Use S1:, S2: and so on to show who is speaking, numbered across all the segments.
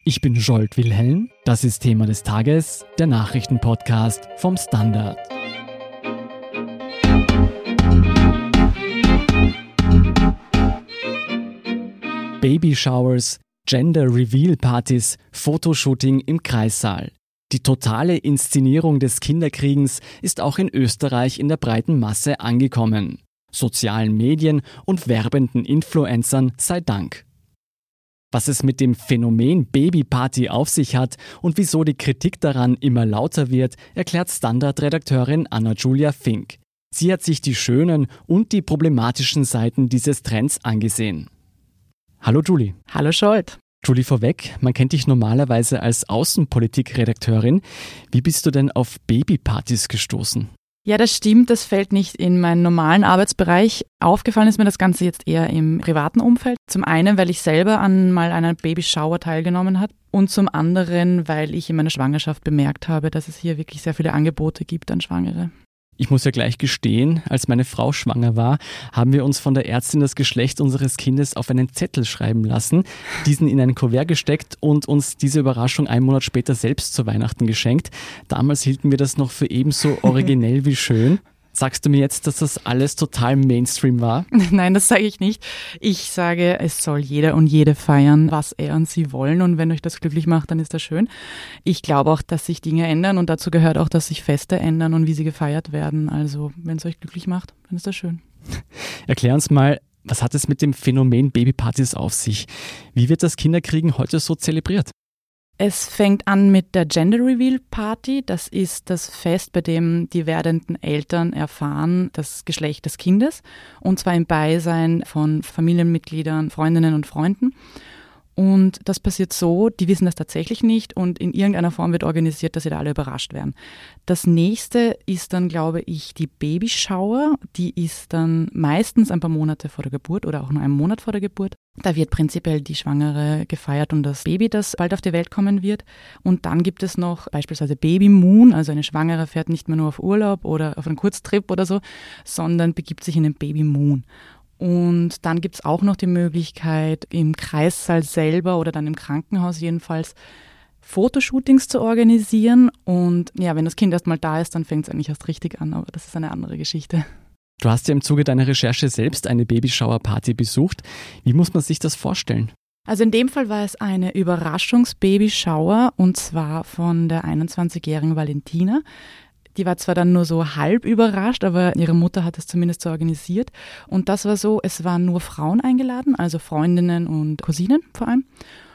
S1: Ich bin Scholt Wilhelm, das ist Thema des Tages, der Nachrichtenpodcast vom Standard. Babyshowers, Gender-Reveal-Partys, Fotoshooting im Kreissaal. Die totale Inszenierung des Kinderkriegens ist auch in Österreich in der breiten Masse angekommen. Sozialen Medien und werbenden Influencern sei Dank. Was es mit dem Phänomen Babyparty auf sich hat und wieso die Kritik daran immer lauter wird, erklärt Standard-Redakteurin Anna-Julia Fink. Sie hat sich die schönen und die problematischen Seiten dieses Trends angesehen. Hallo Julie.
S2: Hallo Scholt.
S1: Julie, vorweg, man kennt dich normalerweise als Außenpolitik-Redakteurin. Wie bist du denn auf Babypartys gestoßen?
S2: Ja, das stimmt, das fällt nicht in meinen normalen Arbeitsbereich. Aufgefallen ist mir das Ganze jetzt eher im privaten Umfeld. Zum einen, weil ich selber an mal einer Babyshower teilgenommen habe und zum anderen, weil ich in meiner Schwangerschaft bemerkt habe, dass es hier wirklich sehr viele Angebote gibt an Schwangere.
S1: Ich muss ja gleich gestehen, als meine Frau schwanger war, haben wir uns von der Ärztin das Geschlecht unseres Kindes auf einen Zettel schreiben lassen, diesen in ein Kuvert gesteckt und uns diese Überraschung einen Monat später selbst zu Weihnachten geschenkt. Damals hielten wir das noch für ebenso originell wie schön. Sagst du mir jetzt, dass das alles total Mainstream war?
S2: Nein, das sage ich nicht. Ich sage, es soll jeder und jede feiern, was er und sie wollen. Und wenn euch das glücklich macht, dann ist das schön. Ich glaube auch, dass sich Dinge ändern und dazu gehört auch, dass sich Feste ändern und wie sie gefeiert werden. Also wenn es euch glücklich macht, dann ist das schön.
S1: Erklär uns mal, was hat es mit dem Phänomen Babypartys auf sich? Wie wird das Kinderkriegen heute so zelebriert?
S2: Es fängt an mit der Gender Reveal Party. Das ist das Fest, bei dem die werdenden Eltern erfahren das Geschlecht des Kindes. Und zwar im Beisein von Familienmitgliedern, Freundinnen und Freunden. Und das passiert so, die wissen das tatsächlich nicht und in irgendeiner Form wird organisiert, dass sie da alle überrascht werden. Das nächste ist dann, glaube ich, die Babyshower. Die ist dann meistens ein paar Monate vor der Geburt oder auch nur einen Monat vor der Geburt. Da wird prinzipiell die Schwangere gefeiert und das Baby, das bald auf die Welt kommen wird. Und dann gibt es noch beispielsweise Baby Moon, also eine Schwangere fährt nicht mehr nur auf Urlaub oder auf einen Kurztrip oder so, sondern begibt sich in den Baby Moon. Und dann gibt es auch noch die Möglichkeit, im Kreissaal selber oder dann im Krankenhaus jedenfalls Fotoshootings zu organisieren. Und ja, wenn das Kind erst mal da ist, dann fängt es eigentlich erst richtig an, aber das ist eine andere Geschichte.
S1: Du hast ja im Zuge deiner Recherche selbst eine Babyshower-Party besucht. Wie muss man sich das vorstellen?
S2: Also in dem Fall war es eine Überraschungs-Babyshower und zwar von der 21-jährigen Valentina. Die war zwar dann nur so halb überrascht, aber ihre Mutter hat es zumindest so organisiert. Und das war so, es waren nur Frauen eingeladen, also Freundinnen und Cousinen vor allem.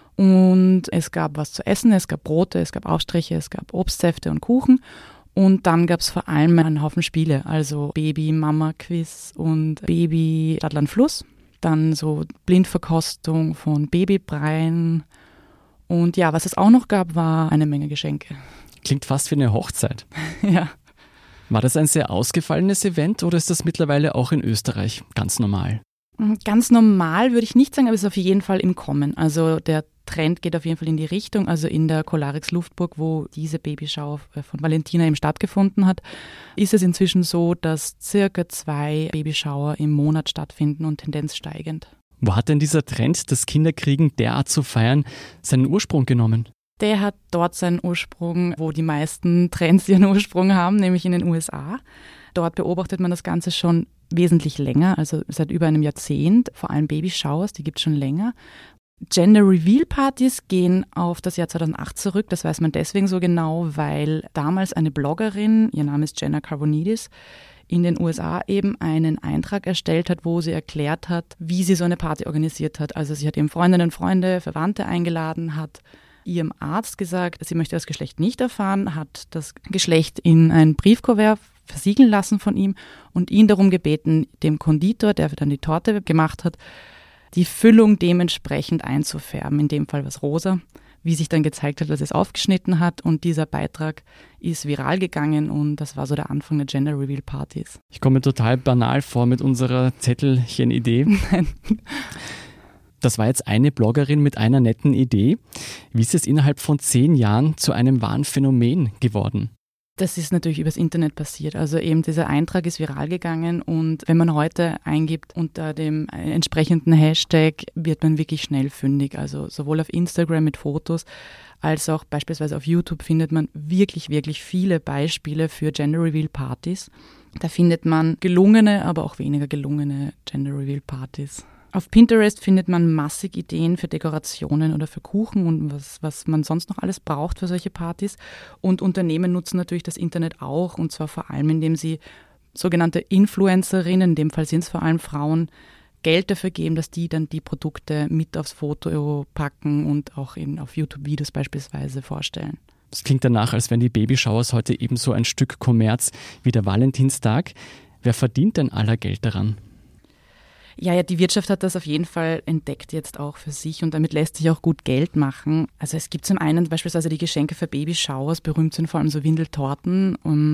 S2: Und es gab was zu essen, es gab Brote, es gab Aufstriche, es gab Obstsäfte und Kuchen. Und dann gab es vor allem einen Haufen Spiele, also Baby-Mama-Quiz und Baby-Stadtland-Fluss. Dann so Blindverkostung von Babybreien. Und ja, was es auch noch gab, war eine Menge Geschenke.
S1: Klingt fast wie eine Hochzeit.
S2: Ja.
S1: War das ein sehr ausgefallenes Event oder ist das mittlerweile auch in Österreich ganz normal?
S2: Ganz normal würde ich nicht sagen, aber es ist auf jeden Fall im Kommen. Also der Trend geht auf jeden Fall in die Richtung. Also in der Cholarix Luftburg, wo diese Babyshow von Valentina eben stattgefunden hat, ist es inzwischen so, dass circa 2 Babyshower im Monat stattfinden und Tendenz steigend.
S1: Wo hat denn dieser Trend, das Kinderkriegen derart zu feiern, seinen Ursprung genommen?
S2: Der hat dort seinen Ursprung, wo die meisten Trends ihren Ursprung haben, nämlich in den USA. Dort beobachtet man das Ganze schon wesentlich länger, also seit über einem Jahrzehnt, vor allem Babyshowers, die gibt es schon länger. Gender Reveal Partys gehen auf das Jahr 2008 zurück, das weiß man deswegen so genau, weil damals eine Bloggerin, ihr Name ist Jenna Carbonidis, in den USA eben einen Eintrag erstellt hat, wo sie erklärt hat, wie sie so eine Party organisiert hat. Also sie hat eben Freundinnen, Freunde, Verwandte eingeladen, hat ihrem Arzt gesagt, sie möchte das Geschlecht nicht erfahren, hat das Geschlecht in ein Briefkuvert versiegeln lassen von ihm und ihn darum gebeten, dem Konditor, der dann die Torte gemacht hat, die Füllung dementsprechend einzufärben, in dem Fall was rosa, wie sich dann gezeigt hat, dass es aufgeschnitten hat und dieser Beitrag ist viral gegangen und das war so der Anfang der Gender Reveal Partys.
S1: Ich komme mir total banal vor mit unserer Zettelchen-Idee.
S2: Nein.
S1: Das war jetzt eine Bloggerin mit einer netten Idee. Wie ist es innerhalb von 10 Jahren zu einem wahren Phänomen geworden?
S2: Das ist natürlich übers Internet passiert. Also eben dieser Eintrag ist viral gegangen und wenn man heute eingibt unter dem entsprechenden Hashtag, wird man wirklich schnell fündig. Also sowohl auf Instagram mit Fotos als auch beispielsweise auf YouTube findet man wirklich, wirklich viele Beispiele für Gender Reveal Partys. Da findet man gelungene, aber auch weniger gelungene Gender Reveal Partys. Auf Pinterest findet man massig Ideen für Dekorationen oder für Kuchen und was man sonst noch alles braucht für solche Partys. Und Unternehmen nutzen natürlich das Internet auch, und zwar vor allem, indem sie sogenannte Influencerinnen, in dem Fall sind es vor allem Frauen, Geld dafür geben, dass die dann die Produkte mit aufs Foto packen und auch auf YouTube-Videos beispielsweise vorstellen.
S1: Das klingt danach, als wären die Babyshowers heute ebenso ein Stück Kommerz wie der Valentinstag. Wer verdient denn aller Geld daran?
S2: Ja, die Wirtschaft hat das auf jeden Fall entdeckt jetzt auch für sich und damit lässt sich auch gut Geld machen. Also es gibt zum einen beispielsweise die Geschenke für Babyshowers, berühmt sind vor allem so Windeltorten,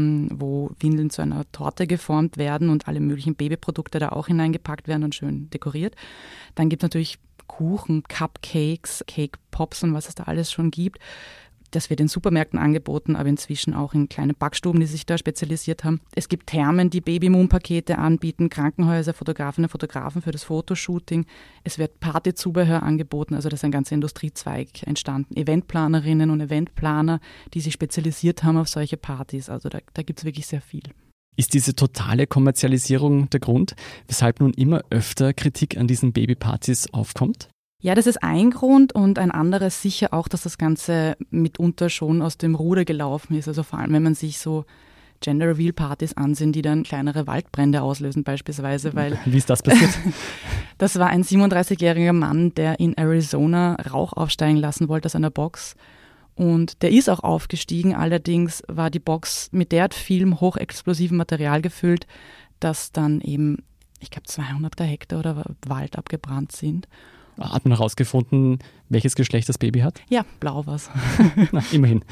S2: wo Windeln zu einer Torte geformt werden und alle möglichen Babyprodukte da auch hineingepackt werden und schön dekoriert. Dann gibt es natürlich Kuchen, Cupcakes, Cake Pops und was es da alles schon gibt. Das wird in Supermärkten angeboten, aber inzwischen auch in kleine Backstuben, die sich da spezialisiert haben. Es gibt Thermen, die Babymoon-Pakete anbieten, Krankenhäuser, Fotografinnen und Fotografen für das Fotoshooting. Es wird Partyzubehör angeboten, also da ist ein ganzer Industriezweig entstanden. Eventplanerinnen und Eventplaner, die sich spezialisiert haben auf solche Partys. Also da gibt es wirklich sehr viel.
S1: Ist diese totale Kommerzialisierung der Grund, weshalb nun immer öfter Kritik an diesen Babypartys aufkommt?
S2: Ja, das ist ein Grund und ein anderes sicher auch, dass das Ganze mitunter schon aus dem Ruder gelaufen ist. Also vor allem, wenn man sich so Gender Reveal Partys ansehen, die dann kleinere Waldbrände auslösen beispielsweise. Weil
S1: wie ist das passiert?
S2: Das war ein 37-jähriger Mann, der in Arizona Rauch aufsteigen lassen wollte aus einer Box. Und der ist auch aufgestiegen, allerdings war die Box mit derart vielem hochexplosivem Material gefüllt, dass dann eben, ich glaube, 200 Hektar oder Wald abgebrannt sind.
S1: Hat man herausgefunden, welches Geschlecht das Baby hat?
S2: Ja, blau war's.
S1: Na, immerhin.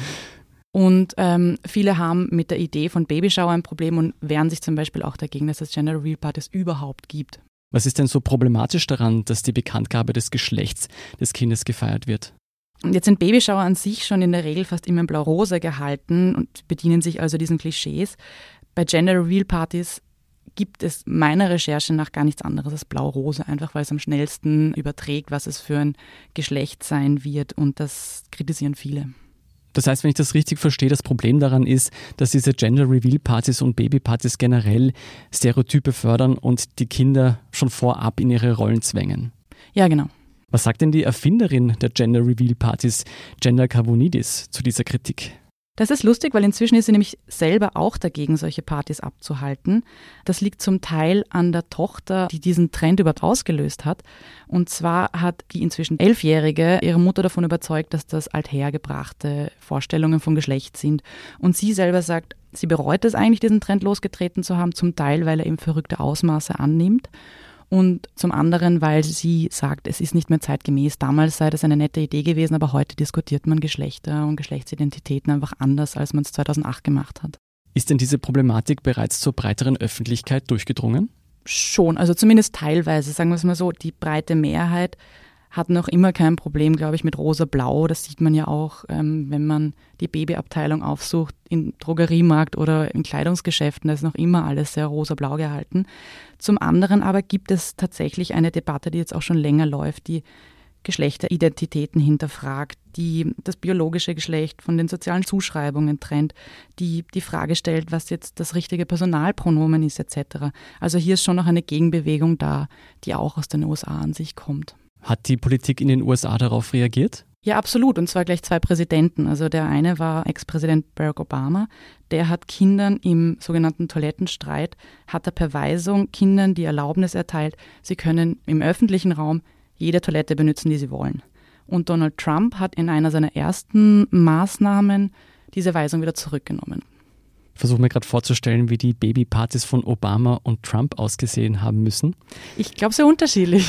S2: Und viele haben mit der Idee von Babyshower ein Problem und wehren sich zum Beispiel auch dagegen, dass es Gender Reveal Partys überhaupt gibt.
S1: Was ist denn so problematisch daran, dass die Bekanntgabe des Geschlechts des Kindes gefeiert wird?
S2: Und jetzt sind Babyshower an sich schon in der Regel fast immer in blau-rosa gehalten und bedienen sich also diesen Klischees. Bei Gender Reveal Partys gibt es meiner Recherche nach gar nichts anderes als blau-rosa, einfach weil es am schnellsten überträgt, was es für ein Geschlecht sein wird, und das kritisieren viele.
S1: Das heißt, wenn ich das richtig verstehe, das Problem daran ist, dass diese Gender-Reveal-Partys und Babypartys generell Stereotype fördern und die Kinder schon vorab in ihre Rollen zwängen.
S2: Ja, genau.
S1: Was sagt denn die Erfinderin der Gender-Reveal-Partys, Genda Kavunidis, zu dieser Kritik?
S2: Das ist lustig, weil inzwischen ist sie nämlich selber auch dagegen, solche Partys abzuhalten. Das liegt zum Teil an der Tochter, die diesen Trend überhaupt ausgelöst hat. Und zwar hat die inzwischen 11-Jährige ihre Mutter davon überzeugt, dass das althergebrachte Vorstellungen von Geschlecht sind. Und sie selber sagt, sie bereut es eigentlich, diesen Trend losgetreten zu haben, zum Teil, weil er eben verrückte Ausmaße annimmt. Und zum anderen, weil sie sagt, es ist nicht mehr zeitgemäß. Damals sei das eine nette Idee gewesen, aber heute diskutiert man Geschlechter und Geschlechtsidentitäten einfach anders, als man es 2008 gemacht hat.
S1: Ist denn diese Problematik bereits zur breiteren Öffentlichkeit durchgedrungen?
S2: Schon, also zumindest teilweise, sagen wir es mal so. Die breite Mehrheit hat noch immer kein Problem, glaube ich, mit rosa-blau. Das sieht man ja auch, wenn man die Babyabteilung aufsucht im Drogeriemarkt oder in Kleidungsgeschäften. Da ist noch immer alles sehr rosa-blau gehalten. Zum anderen aber gibt es tatsächlich eine Debatte, die jetzt auch schon länger läuft, die Geschlechteridentitäten hinterfragt, die das biologische Geschlecht von den sozialen Zuschreibungen trennt, die die Frage stellt, was jetzt das richtige Personalpronomen ist etc. Also hier ist schon noch eine Gegenbewegung da, die auch aus den USA an sich kommt.
S1: Hat die Politik in den USA darauf reagiert?
S2: Ja, absolut. Und zwar gleich 2 Präsidenten. Also der eine war Ex-Präsident Barack Obama. Der hat Kindern im sogenannten Toilettenstreit, hat er per Weisung Kindern die Erlaubnis erteilt, sie können im öffentlichen Raum jede Toilette benutzen, die sie wollen. Und Donald Trump hat in einer seiner ersten Maßnahmen diese Weisung wieder zurückgenommen.
S1: Ich versuche mir gerade vorzustellen, wie die Babypartys von Obama und Trump ausgesehen haben müssen.
S2: Ich glaube, sehr unterschiedlich.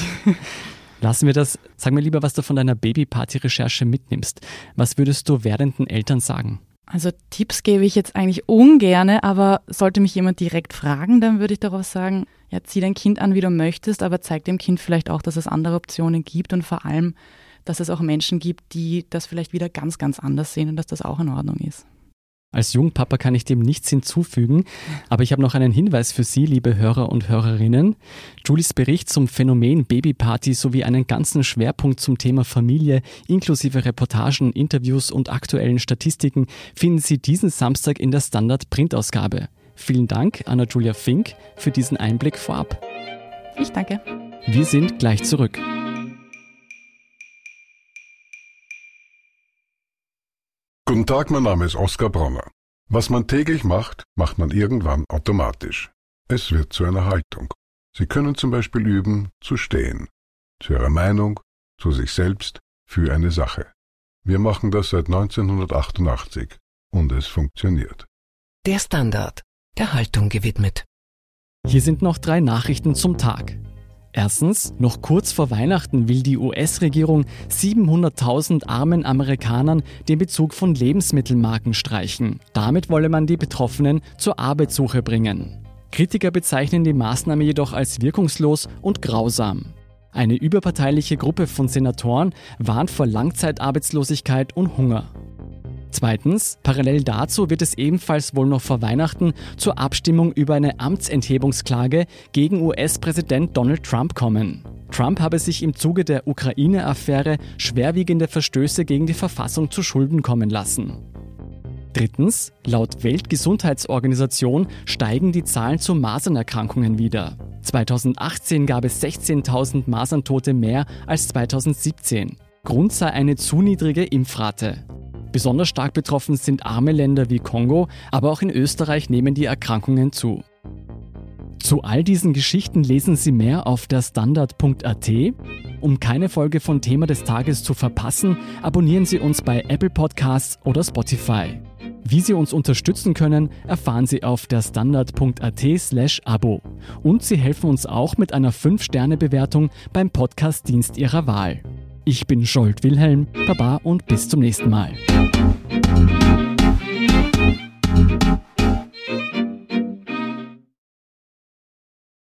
S1: Lassen wir das. Sag mir lieber, was du von deiner Babyparty-Recherche mitnimmst. Was würdest du werdenden Eltern sagen?
S2: Also Tipps gebe ich jetzt eigentlich ungerne, aber sollte mich jemand direkt fragen, dann würde ich darauf sagen, ja, zieh dein Kind an, wie du möchtest, aber zeig dem Kind vielleicht auch, dass es andere Optionen gibt und vor allem, dass es auch Menschen gibt, die das vielleicht wieder ganz, ganz anders sehen und dass das auch in Ordnung ist.
S1: Als Jungpapa kann ich dem nichts hinzufügen, aber ich habe noch einen Hinweis für Sie, liebe Hörer und Hörerinnen. Julies Bericht zum Phänomen Babyparty sowie einen ganzen Schwerpunkt zum Thema Familie inklusive Reportagen, Interviews und aktuellen Statistiken finden Sie diesen Samstag in der Standard-Printausgabe. Vielen Dank, Anna-Julia Fink, für diesen Einblick vorab.
S2: Ich danke.
S1: Wir sind gleich zurück.
S3: Guten Tag, mein Name ist Oskar Bronner. Was man täglich macht, macht man irgendwann automatisch. Es wird zu einer Haltung. Sie können zum Beispiel üben, zu stehen. Zu Ihrer Meinung, zu sich selbst, für eine Sache. Wir machen das seit 1988 und es funktioniert.
S4: Der Standard, der Haltung gewidmet.
S1: Hier sind noch 3 Nachrichten zum Tag. Erstens, noch kurz vor Weihnachten will die US-Regierung 700.000 armen Amerikanern den Bezug von Lebensmittelmarken streichen. Damit wolle man die Betroffenen zur Arbeitssuche bringen. Kritiker bezeichnen die Maßnahme jedoch als wirkungslos und grausam. Eine überparteiliche Gruppe von Senatoren warnt vor Langzeitarbeitslosigkeit und Hunger. Zweitens, parallel dazu wird es ebenfalls wohl noch vor Weihnachten zur Abstimmung über eine Amtsenthebungsklage gegen US-Präsident Donald Trump kommen. Trump habe sich im Zuge der Ukraine-Affäre schwerwiegende Verstöße gegen die Verfassung zu Schulden kommen lassen. Drittens, laut Weltgesundheitsorganisation steigen die Zahlen zu Masernerkrankungen wieder. 2018 gab es 16.000 Maserntote mehr als 2017. Grund sei eine zu niedrige Impfrate. Besonders stark betroffen sind arme Länder wie Kongo, aber auch in Österreich nehmen die Erkrankungen zu. Zu all diesen Geschichten lesen Sie mehr auf der Standard.at. Um keine Folge von Thema des Tages zu verpassen, abonnieren Sie uns bei Apple Podcasts oder Spotify. Wie Sie uns unterstützen können, erfahren Sie auf der Standard.at/Abo. Und Sie helfen uns auch mit einer 5-Sterne-Bewertung beim Podcast-Dienst Ihrer Wahl. Ich bin Scholt Wilhelm, Baba und bis zum nächsten Mal.